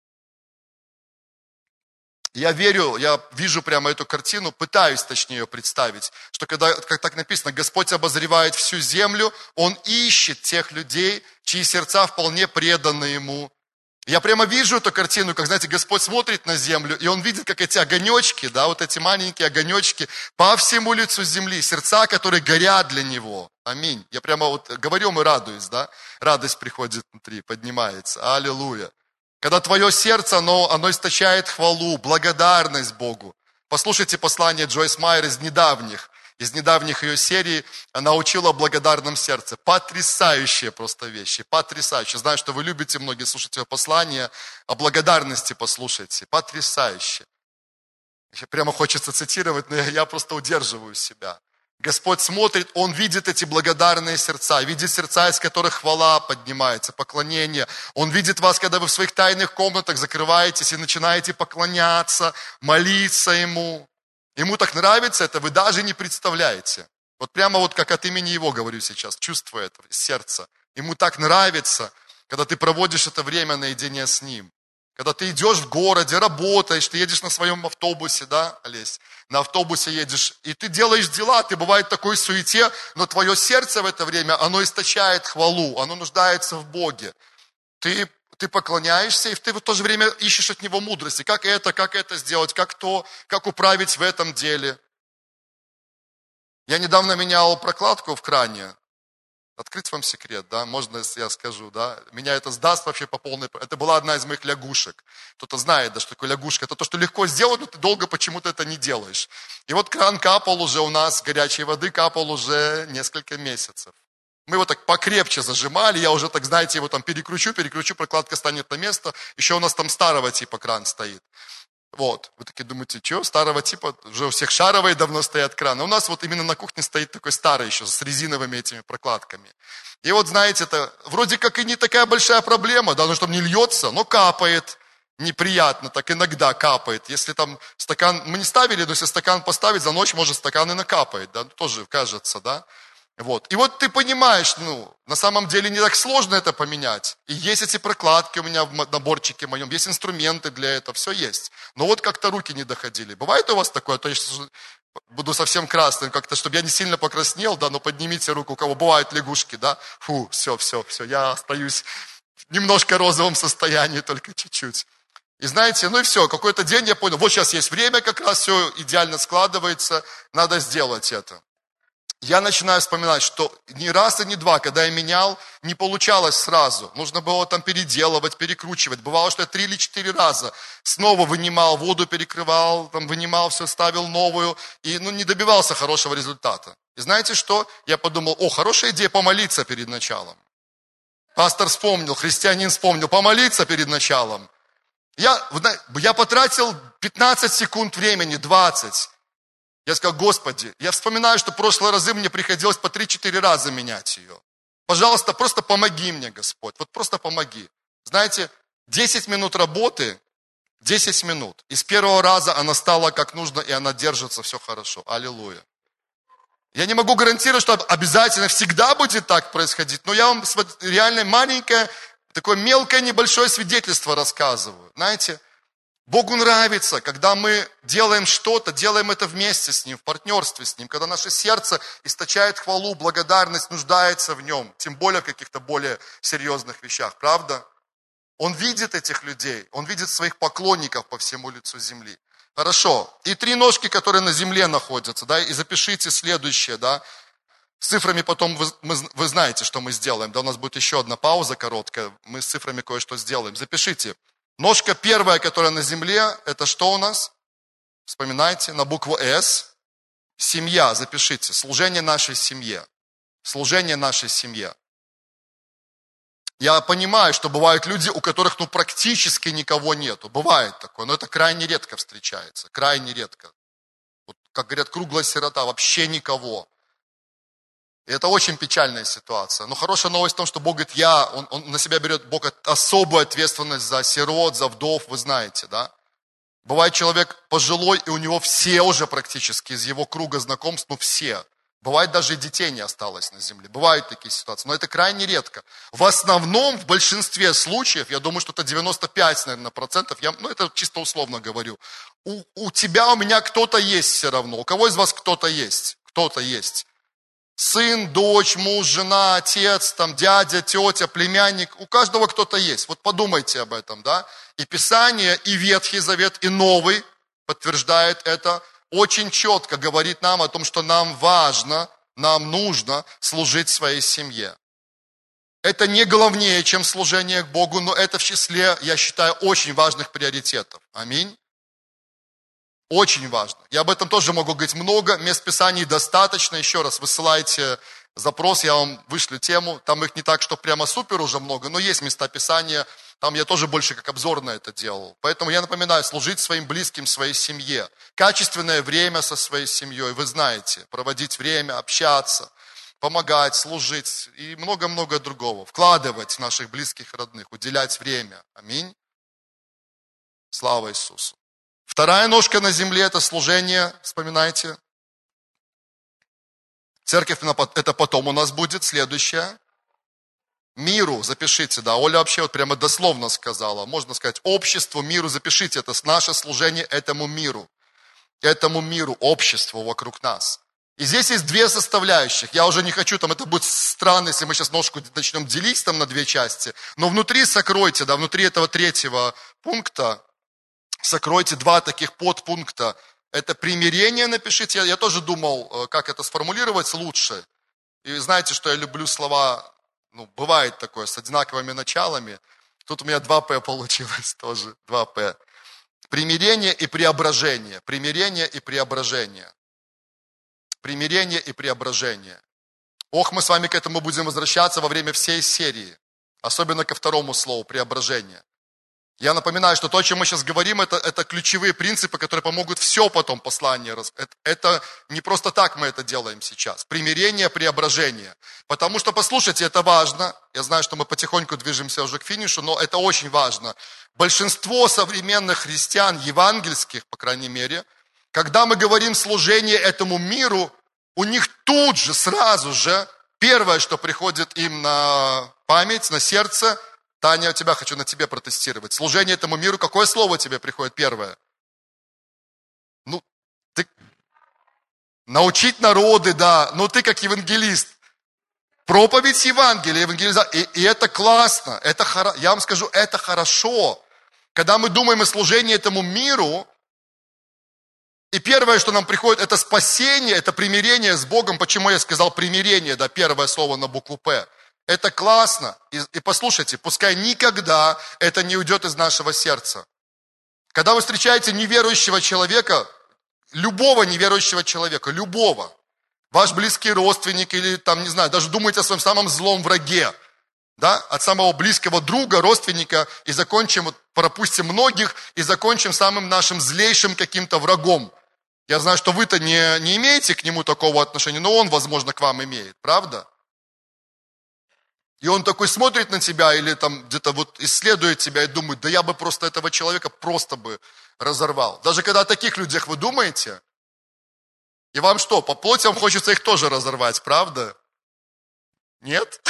Я верю, я вижу прямо эту картину, пытаюсь точнее ее представить, что когда, как так написано, Господь обозревает всю землю, Он ищет тех людей, чьи сердца вполне преданы Ему. Я прямо вижу эту картину, как, знаете, Господь смотрит на землю, и Он видит, как эти огонечки, да, вот эти маленькие огонечки по всему лицу земли, сердца, которые горят для Него. Аминь. Я прямо вот говорю и радуюсь, да, радость приходит внутри, поднимается. Аллилуйя. Когда твое сердце, оно, оно источает хвалу, благодарность Богу. Послушайте послание Джойс Майер из недавних. Из недавних ее серий она учила о благодарном сердце. Потрясающие просто вещи, потрясающие. Знаю, что вы любите, многие слушать ее послания, о благодарности послушайте. Потрясающе. Прямо хочется цитировать, но я, я просто удерживаю себя. Господь смотрит, Он видит эти благодарные сердца, видит сердца, из которых хвала поднимается, поклонение. Он видит вас, когда вы в своих тайных комнатах закрываетесь и начинаете поклоняться, молиться Ему. Ему так нравится это, вы даже не представляете. Вот прямо вот как от имени Его говорю сейчас, чувствую это из сердца. Ему так нравится, когда ты проводишь это время наедине с Ним. Когда ты идешь в городе, работаешь, ты едешь на своем автобусе, да, Олесь? На автобусе едешь, и ты делаешь дела, ты бывает в такой суете, но твое сердце в это время, оно источает хвалу, оно нуждается в Боге. Ты Ты поклоняешься, и ты в то же время ищешь от Него мудрости. Как это, как это сделать, как то, как управить в этом деле. Я недавно менял прокладку в кране. Открыть вам секрет, да, можно я скажу, да. Меня это сдаст вообще по полной... Это была одна из моих лягушек. Кто-то знает, да, что такое лягушка. Это то, что легко сделать, но ты долго почему-то это не делаешь. И вот кран капал уже у нас, горячей воды капал уже несколько месяцев. Мы его так покрепче зажимали, я уже так, знаете, его там перекручу, перекручу, прокладка станет на место. Еще у нас там старого типа кран стоит. Вот. Вы такие думаете, что, старого типа? Уже у всех шаровые давно стоят краны. У нас вот именно на кухне стоит такой старый еще, с резиновыми этими прокладками. И вот, знаете, это вроде как и не такая большая проблема, да, ну что там не льется, но капает. Неприятно, так иногда капает. Если там стакан, мы не ставили, но если стакан поставить, за ночь может стакан и накапает, да, тоже кажется, да. Вот. И вот ты понимаешь, ну, на самом деле не так сложно это поменять. И есть эти прокладки у меня в наборчике моем, есть инструменты для этого, все есть. Но вот как-то руки не доходили. Бывает у вас такое? То есть буду совсем красным, как-то, чтобы я не сильно покраснел, да, но поднимите руку, у кого бывают лягушки, да. Фу, все, все, все, я остаюсь в немножко розовом состоянии, только чуть-чуть. И знаете, ну и все, какой-то день я понял, вот сейчас есть время, как раз все идеально складывается, надо сделать это. Я начинаю вспоминать, что ни раз и ни два, когда я менял, не получалось сразу. Нужно было там переделывать, перекручивать. Бывало, что я три или четыре раза снова вынимал, воду перекрывал, там, вынимал все, ставил новую. И ну, не добивался хорошего результата. И знаете что? Я подумал, о, хорошая идея помолиться перед началом. Пастор вспомнил, христианин вспомнил, помолиться перед началом. Я, я потратил пятнадцать секунд времени, двадцать. Я сказал, Господи, я вспоминаю, что в прошлые разы мне приходилось по три-четыре раза менять ее. Пожалуйста, просто помоги мне, Господь, вот просто помоги. Знаете, десять минут работы, десять минут. И с первого раза она стала как нужно, и она держится, все хорошо. Аллилуйя. Я не могу гарантировать, что обязательно всегда будет так происходить, но я вам реально маленькое, такое мелкое, небольшое свидетельство рассказываю. Знаете, Богу нравится, когда мы делаем что-то, делаем это вместе с Ним, в партнерстве с Ним, когда наше сердце источает хвалу, благодарность, нуждается в Нем, тем более в каких-то более серьезных вещах, правда? Он видит этих людей, Он видит своих поклонников по всему лицу земли. Хорошо. И три ножки, которые на земле находятся, да, и запишите следующее, да. С цифрами потом вы, мы, вы знаете, что мы сделаем, да, у нас будет еще одна пауза короткая, мы с цифрами кое-что сделаем. Запишите. Ножка первая, которая на земле, это что у нас? Вспоминайте, на букву «С». Семья, запишите. Служение нашей семье. Служение нашей семье. Я понимаю, что бывают люди, у которых ну, практически никого нету. Бывает такое, но это крайне редко встречается. Крайне редко. Вот, как говорят, круглая сирота, вообще никого. И это очень печальная ситуация. Но хорошая новость в том, что Бог говорит, я, Он, он на себя берет, Бог, особую ответственность за сирот, за вдов, вы знаете, да? Бывает человек пожилой, и у него все уже практически из его круга знакомств, ну все. Бывает, даже и детей не осталось на земле. Бывают такие ситуации, но это крайне редко. В основном, в большинстве случаев, я думаю, что это девяносто пять, наверное, процентов, я, ну это чисто условно говорю, у, у тебя, у меня кто-то есть все равно. У кого из вас кто-то есть? Кто-то есть. Сын, дочь, муж, жена, отец, там, дядя, тетя, племянник. У каждого кто-то есть. Вот подумайте об этом, да? И Писание, и Ветхий Завет, и Новый подтверждает это. Очень четко говорит нам о том, что нам важно, нам нужно служить своей семье. Это не главнее, чем служение к Богу, но это в числе, я считаю, очень важных приоритетов. Аминь. Очень важно. Я об этом тоже могу говорить много, мест Писаний достаточно. Еще раз высылайте запрос, я вам вышлю тему. Там их не так, что прямо супер уже много, но есть места Писания. Там я тоже больше как обзор на это делал. Поэтому я напоминаю, служить своим близким, своей семье. Качественное время со своей семьей, вы знаете. Проводить время, общаться, помогать, служить и много-много другого. Вкладывать в наших близких, родных, уделять время. Аминь. Слава Иисусу. Вторая ножка на земле – это служение, вспоминайте. Церковь – это потом у нас будет, следующее. Миру, запишите, да, Оля вообще вот прямо дословно сказала, можно сказать, обществу, миру, запишите, это наше служение этому миру, этому миру, обществу вокруг нас. И здесь есть две составляющих, я уже не хочу, там это будет странно, если мы сейчас ножку начнем делить там на две части, но внутри сокройте, да, внутри этого третьего пункта, сокройте два таких подпункта, это примирение, напишите, я, я тоже думал, как это сформулировать лучше, и знаете, что я люблю слова... Ну, бывает такое, с одинаковыми началами. Тут у меня два П получилось тоже, два П. Примирение и преображение. Примирение и преображение. Примирение и преображение. Ох, мы с вами к этому будем возвращаться во время всей серии. Особенно ко второму слову, преображение. Я напоминаю, что то, о чем мы сейчас говорим, это, это ключевые принципы, которые помогут все потом послание. Это, это не просто так мы это делаем сейчас. Примирение, преображение. Потому что, послушайте, это важно. Я знаю, что мы потихоньку движемся уже к финишу, но это очень важно. Большинство современных христиан, евангельских, по крайней мере, когда мы говорим служение этому миру, у них тут же, сразу же, первое, что приходит им на память, на сердце – Таня, у тебя хочу на тебе протестировать. Служение этому миру, какое слово тебе приходит первое? Ну, ты... Научить народы, да. Но ты как евангелист. Проповедь Евангелия, евангелизация. И, и это классно. Это хоро... Я вам скажу, это хорошо. Когда мы думаем о служении этому миру, и первое, что нам приходит, это спасение, это примирение с Богом. Почему я сказал примирение, да, первое слово на букву П. Это классно. И, и послушайте, пускай никогда это не уйдет из нашего сердца. Когда вы встречаете неверующего человека, любого неверующего человека, любого, ваш близкий родственник или там, не знаю, даже думаете о своем самом злом враге, да, от самого близкого друга, родственника, и закончим, вот, пропустим многих, и закончим самым нашим злейшим каким-то врагом. Я знаю, что вы-то не, не имеете к нему такого отношения, но он, возможно, к вам имеет, правда? И он такой смотрит на тебя или там где-то вот исследует тебя и думает, да я бы просто этого человека просто бы разорвал. Даже когда о таких людях вы думаете, и вам что, по плоти вам хочется их тоже разорвать, правда? Нет?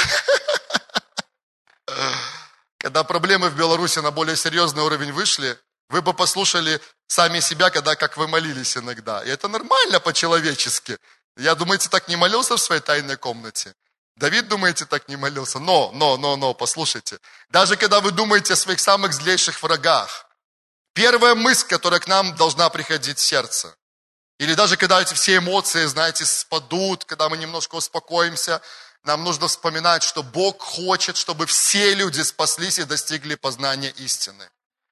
Когда проблемы в Беларуси на более серьезный уровень вышли, вы бы послушали сами себя, когда как вы молились иногда. И это нормально по-человечески. Я, думаете, так не молился в своей тайной комнате? Давид, думаете, так не молился? Но, но, но, но, послушайте. Даже когда вы думаете о своих самых злейших врагах, первая мысль, которая к нам должна приходить в сердце, или даже когда эти все эмоции, знаете, спадут, когда мы немножко успокоимся, нам нужно вспоминать, что Бог хочет, чтобы все люди спаслись и достигли познания истины.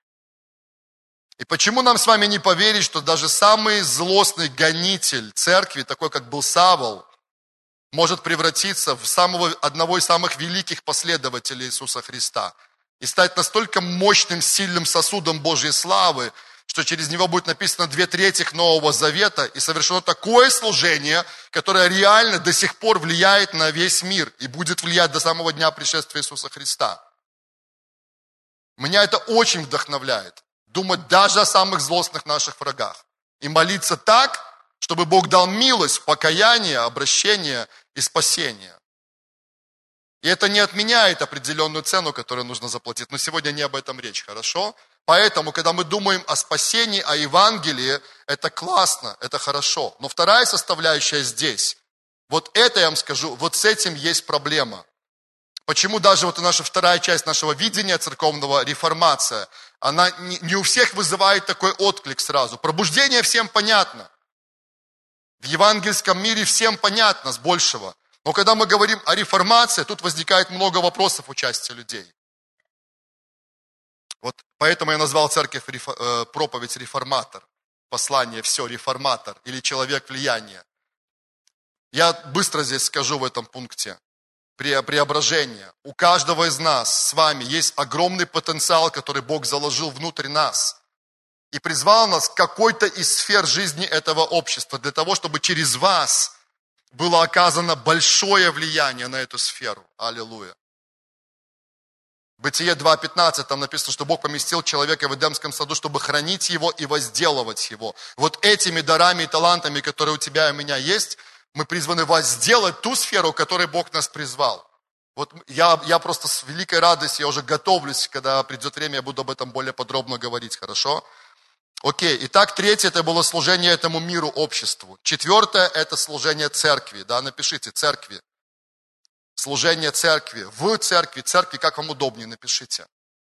И почему нам с вами не поверить, что даже самый злостный гонитель церкви, такой как был Савл, может превратиться в самого, одного из самых великих последователей Иисуса Христа и стать настолько мощным, сильным сосудом Божьей славы, что через него будет написано две трети Нового Завета и совершено такое служение, которое реально до сих пор влияет на весь мир и будет влиять до самого дня пришествия Иисуса Христа. Меня это очень вдохновляет. Думать даже о самых злостных наших врагах. И молиться так, чтобы Бог дал милость, покаяние, обращение и спасение. И это не отменяет определенную цену, которую нужно заплатить. Но сегодня не об этом речь, хорошо? Поэтому, когда мы думаем о спасении, о Евангелии, это классно, это хорошо. Но вторая составляющая здесь, вот это я вам скажу, вот с этим есть проблема. Почему даже вот наша вторая часть нашего видения церковного, реформация, она не, не у всех вызывает такой отклик сразу. Пробуждение всем понятно. В евангельском мире всем понятно с большего. Но когда мы говорим о реформации, тут возникает много вопросов у части людей. Вот поэтому я назвал церковь проповедь реформатор. Послание все реформатор или человек влияния. Я быстро здесь скажу в этом пункте. Преображение. У каждого из нас с вами есть огромный потенциал, который Бог заложил внутрь нас. И призвал нас к какой-то из сфер жизни этого общества, для того, чтобы через вас было оказано большое влияние на эту сферу. Аллилуйя. Бытие два пятнадцать, там написано, что Бог поместил человека в Эдемском саду, чтобы хранить его и возделывать его. Вот этими дарами и талантами, которые у тебя и у меня есть, мы призваны возделать ту сферу, к которой Бог нас призвал. Вот я, я просто с великой радостью, я уже готовлюсь, когда придет время, я буду об этом более подробно говорить, хорошо? Окей, итак, третье, это было служение этому миру, обществу. Четвертое, это служение церкви, да, напишите, церкви. Служение церкви, в церкви, церкви, как вам удобнее, напишите.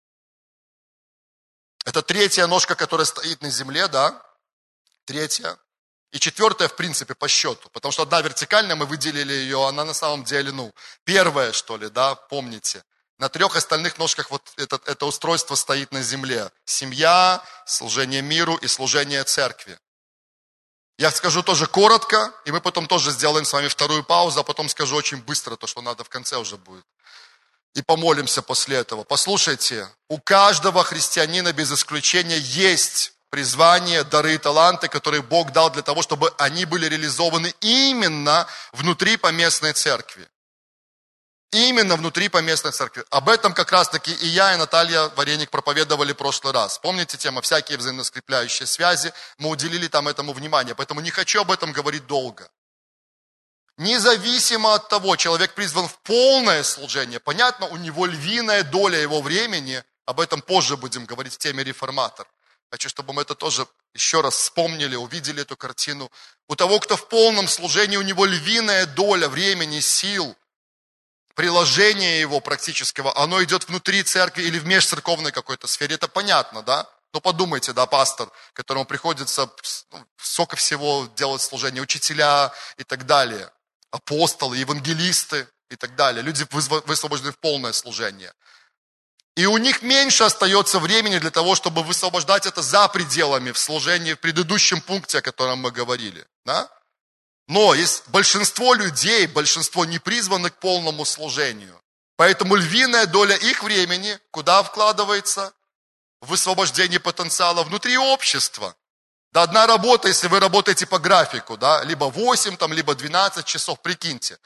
Это третья ножка, которая стоит на земле, да, третья. И четвертая, в принципе, по счету, потому что одна вертикальная, мы выделили ее, она на самом деле, ну, первая, что ли, да, помните. На трех остальных ножках вот это, это устройство стоит на земле. Семья, служение миру и служение церкви. Я скажу тоже коротко, и мы потом тоже сделаем с вами вторую паузу, а потом скажу очень быстро то, что надо в конце уже будет. И помолимся после этого. Послушайте, у каждого христианина без исключения есть призвание, дары и таланты, которые Бог дал для того, чтобы они были реализованы именно внутри поместной церкви. Именно внутри поместной церкви. Об этом как раз-таки и я, и Наталья Вареник проповедовали в прошлый раз. Помните тема «Всякие взаимоскрепляющие связи»? Мы уделили там этому внимание, поэтому не хочу об этом говорить долго. Независимо от того, человек призван в полное служение, понятно, у него львиная доля его времени, об этом позже будем говорить в теме реформатор. Хочу, чтобы мы это тоже еще раз вспомнили, увидели эту картину. У того, кто в полном служении, у него львиная доля времени, сил, приложение его практического, оно идет внутри церкви или в межцерковной какой-то сфере. Это понятно, да? Ну подумайте, да, пастор, которому приходится ну, столько всего делать служение, учителя и так далее, апостолы, евангелисты и так далее. Люди высвобождены в полное служение. И у них меньше остается времени для того, чтобы высвобождать это за пределами в служении в предыдущем пункте, о котором мы говорили. Да? Но есть большинство людей, большинство не призваны к полному служению. Поэтому львиная доля их времени куда вкладывается? В высвобождение потенциала внутри общества. Да, одна работа, если вы работаете по графику, да, либо восемь, там, либо двенадцать часов, прикиньте.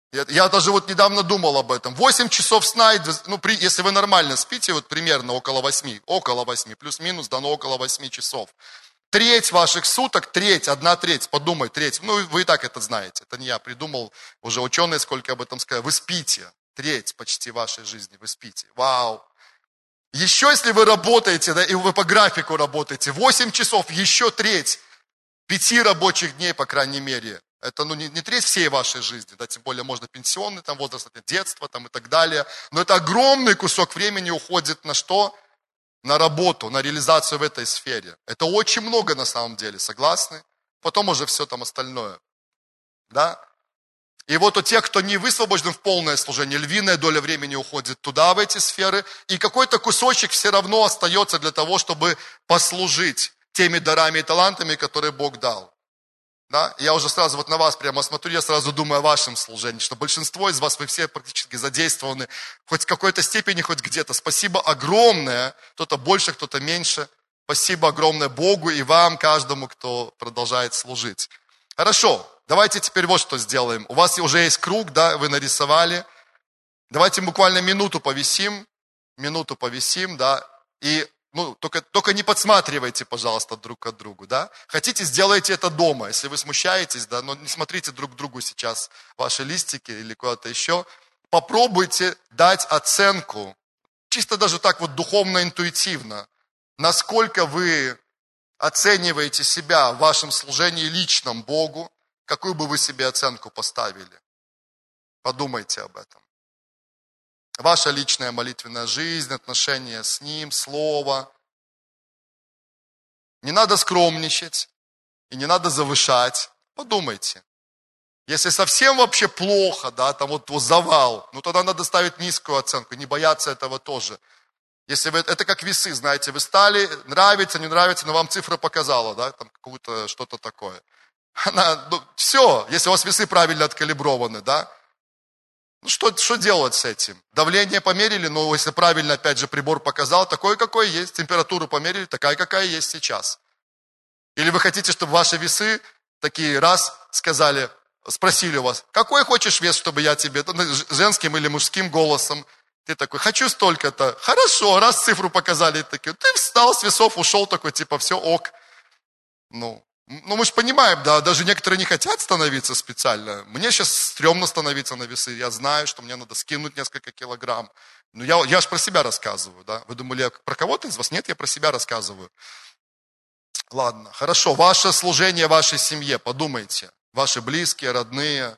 Я, я даже вот недавно думал об этом. восемь часов сна, ну, при, если вы нормально спите, вот примерно около восьми, около восьми, плюс-минус, да, но около восьми часов. Треть ваших суток, треть, одна треть, подумай, треть. Ну, вы и так это знаете. Это не я придумал, уже ученые сколько об этом сказали. Вы спите, треть почти вашей жизни, вы спите. Вау. Еще если вы работаете, да, и вы по графику работаете, восемь часов, еще треть, пяти рабочих дней, по крайней мере. Это ну, не, не треть всей вашей жизни, да, тем более можно пенсионный там, возраст, детство там, и так далее. Но это огромный кусок времени уходит на что? На работу, на реализацию в этой сфере. Это очень много на самом деле, согласны? Потом уже все там остальное. Да? И вот у тех, кто не высвобожден в полное служение, львиная доля времени уходит туда, в эти сферы, и какой-то кусочек все равно остается для того, чтобы послужить теми дарами и талантами, которые Бог дал. Да? Я уже сразу вот на вас прямо смотрю, я сразу думаю о вашем служении, что большинство из вас, вы все практически задействованы, хоть в какой-то степени, хоть где-то. Спасибо огромное, кто-то больше, кто-то меньше. Спасибо огромное Богу и вам, каждому, кто продолжает служить. Хорошо, давайте теперь вот что сделаем. У вас уже есть круг, да, вы нарисовали. Давайте буквально минуту повисим, минуту повисим, да, и... Ну, только, только не подсматривайте, пожалуйста, друг от другу, да? Хотите, сделайте это дома, если вы смущаетесь, да, но не смотрите друг другу сейчас ваши листики или куда-то еще. Попробуйте дать оценку, чисто даже так вот духовно-интуитивно, насколько вы оцениваете себя в вашем служении личном Богу, какую бы вы себе оценку поставили. Подумайте об этом. Ваша личная молитвенная жизнь, отношения с Ним, Слово. Не надо скромничать и не надо завышать. Подумайте. Если совсем вообще плохо, да, там вот, вот завал, ну тогда надо ставить низкую оценку, не бояться этого тоже. Если вы, это как весы, знаете, вы стали, нравится, не нравится, но вам цифра показала, да, там какую-то что-то такое. Она, ну, все, если у вас весы правильно откалиброваны, да, ну, что, что делать с этим? Давление померили, но если правильно, опять же, прибор показал, такое, какое есть. Температуру померили, такая, какая есть сейчас. Или вы хотите, чтобы ваши весы такие раз сказали, спросили у вас, какой хочешь вес, чтобы я тебе, женским или мужским голосом. Ты такой, хочу столько-то. Хорошо, раз цифру показали, такие, ты встал с весов, ушел такой, типа, все ок. Ну, Ну, мы же понимаем, да, даже некоторые не хотят становиться специально. Мне сейчас стрёмно становиться на весы. Я знаю, что мне надо скинуть несколько килограмм. Ну, я, я же про себя рассказываю, да. Вы думали, я про кого-то из вас? Нет, я про себя рассказываю. Ладно, хорошо. Ваше служение вашей семье, подумайте. Ваши близкие, родные,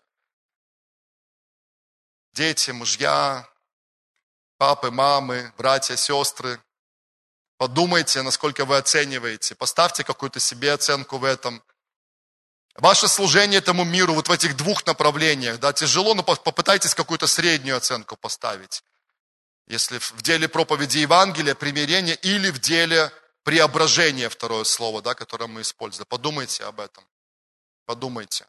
дети, мужья, папы, мамы, братья, сестры. Подумайте, насколько вы оцениваете. Поставьте какую-то себе оценку в этом. Ваше служение этому миру вот в этих двух направлениях, да, тяжело, но попытайтесь какую-то среднюю оценку поставить. Если в деле проповеди Евангелия, примирения или в деле преображения, второе слово, да, которое мы используем. Подумайте об этом. Подумайте.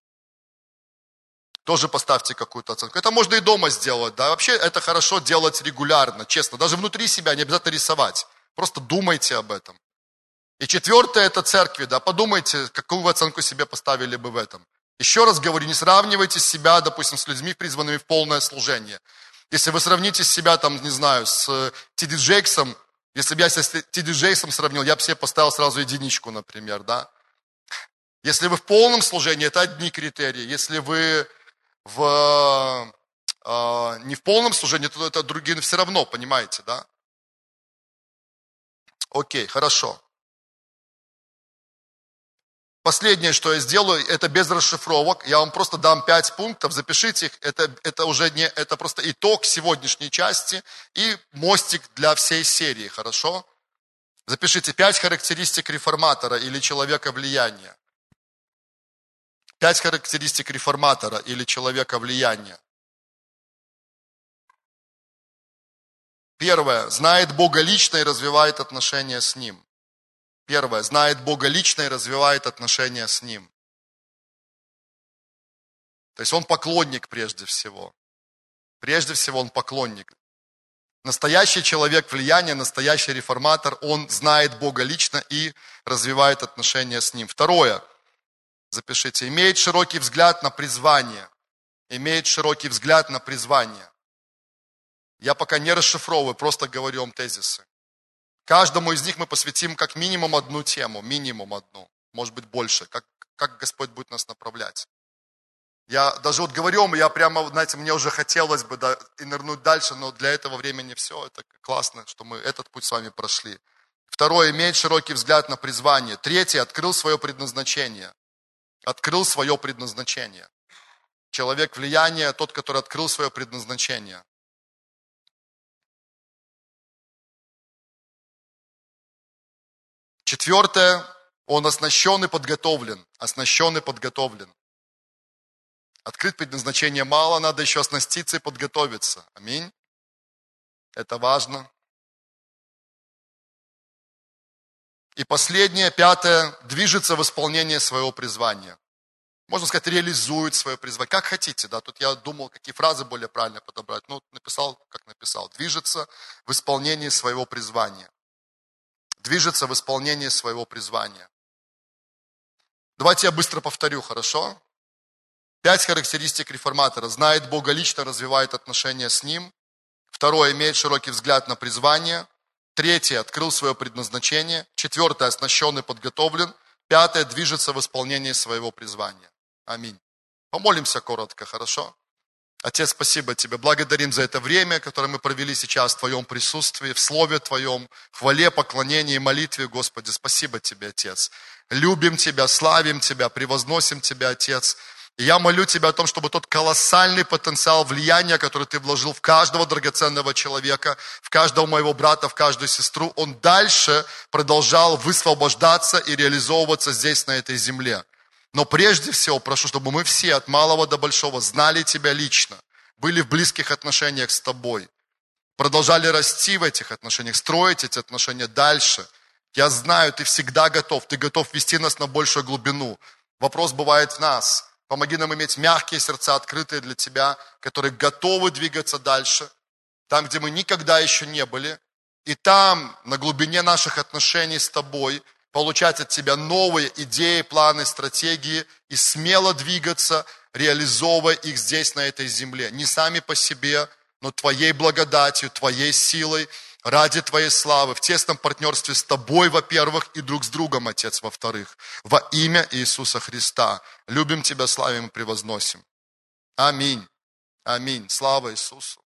Тоже поставьте какую-то оценку. Это можно и дома сделать, да. Вообще это хорошо делать регулярно, честно. Даже внутри себя, не обязательно рисовать. Просто думайте об этом. И четвертое, это церкви, да, подумайте, какую вы оценку себе поставили бы в этом. Еще раз говорю, не сравнивайте себя, допустим, с людьми, призванными в полное служение. Если вы сравните себя, там, не знаю, с Ти Ди Джейксом, если бы я себя с Ти Ди Джейксом сравнил, я бы себе поставил сразу единичку, например, да. Если вы в полном служении, это одни критерии. Если вы в, э, не в полном служении, то это другие, все равно, понимаете, да. Окей, хорошо. Последнее, что я сделаю, это без расшифровок. Я вам просто дам пять пунктов, запишите их. Это, это уже не, это просто итог сегодняшней части и мостик для всей серии, хорошо? Запишите пять характеристик реформатора или человека влияния. Пять характеристик реформатора или человека влияния. Первое. Знает Бога лично и развивает отношения с Ним. Первое. Знает Бога лично и развивает отношения с Ним. То есть он поклонник прежде всего. Прежде всего он поклонник. Настоящий человек влияния, настоящий реформатор, он знает Бога лично и развивает отношения с Ним. Второе. Запишите. Имеет широкий взгляд на призвание. имеет широкий взгляд на призвание. Я пока не расшифровываю, просто говорю вам тезисы. Каждому из них мы посвятим как минимум одну тему, минимум одну, может быть больше, как, как Господь будет нас направлять. Я даже вот говорю вам, я прямо, знаете, мне уже хотелось бы да, и нырнуть дальше, но для этого времени все, это классно, что мы этот путь с вами прошли. Второе, имеет широкий взгляд на призвание. Третье, открыл свое предназначение. Открыл свое предназначение. Человек влияния, тот, который открыл свое предназначение. Четвертое, он оснащен и подготовлен. Оснащен и подготовлен. Открыть предназначение мало, надо еще оснаститься и подготовиться. Аминь. Это важно. И последнее, пятое, движется в исполнение своего призвания. Можно сказать, реализует свое призвание. Как хотите, да, тут я думал, какие фразы более правильно подобрать. Ну, написал, как написал. Движется в исполнении своего призвания. Движется в исполнении своего призвания. Давайте я быстро повторю, хорошо? Пять характеристик реформатора. Знает Бога лично, развивает отношения с Ним. Второе, имеет широкий взгляд на призвание. Третье, открыл свое предназначение. Четвертое, оснащен и подготовлен. Пятое, движется в исполнении своего призвания. Аминь. Помолимся коротко, хорошо? Отец, спасибо Тебе. Благодарим за это время, которое мы провели сейчас в Твоем присутствии, в Слове Твоем, в хвале, поклонении и молитве, Господи. Спасибо Тебе, Отец. Любим Тебя, славим Тебя, превозносим Тебя, Отец. И я молю Тебя о том, чтобы тот колоссальный потенциал влияния, который Ты вложил в каждого драгоценного человека, в каждого моего брата, в каждую сестру, он дальше продолжал высвобождаться и реализовываться здесь, на этой земле. Но прежде всего прошу, чтобы мы все от малого до большого знали Тебя лично, были в близких отношениях с Тобой, продолжали расти в этих отношениях, строить эти отношения дальше. Я знаю, Ты всегда готов, Ты готов вести нас на большую глубину. Вопрос бывает в нас. Помоги нам иметь мягкие сердца, открытые для Тебя, которые готовы двигаться дальше, там, где мы никогда еще не были, и там, на глубине наших отношений с Тобой, получать от Тебя новые идеи, планы, стратегии и смело двигаться, реализовывая их здесь, на этой земле. Не сами по себе, но Твоей благодатью, Твоей силой, ради Твоей славы, в тесном партнерстве с Тобой, во-первых, и друг с другом, Отец, во-вторых. Во имя Иисуса Христа. Любим Тебя, славим и превозносим. Аминь. Аминь. Слава Иисусу.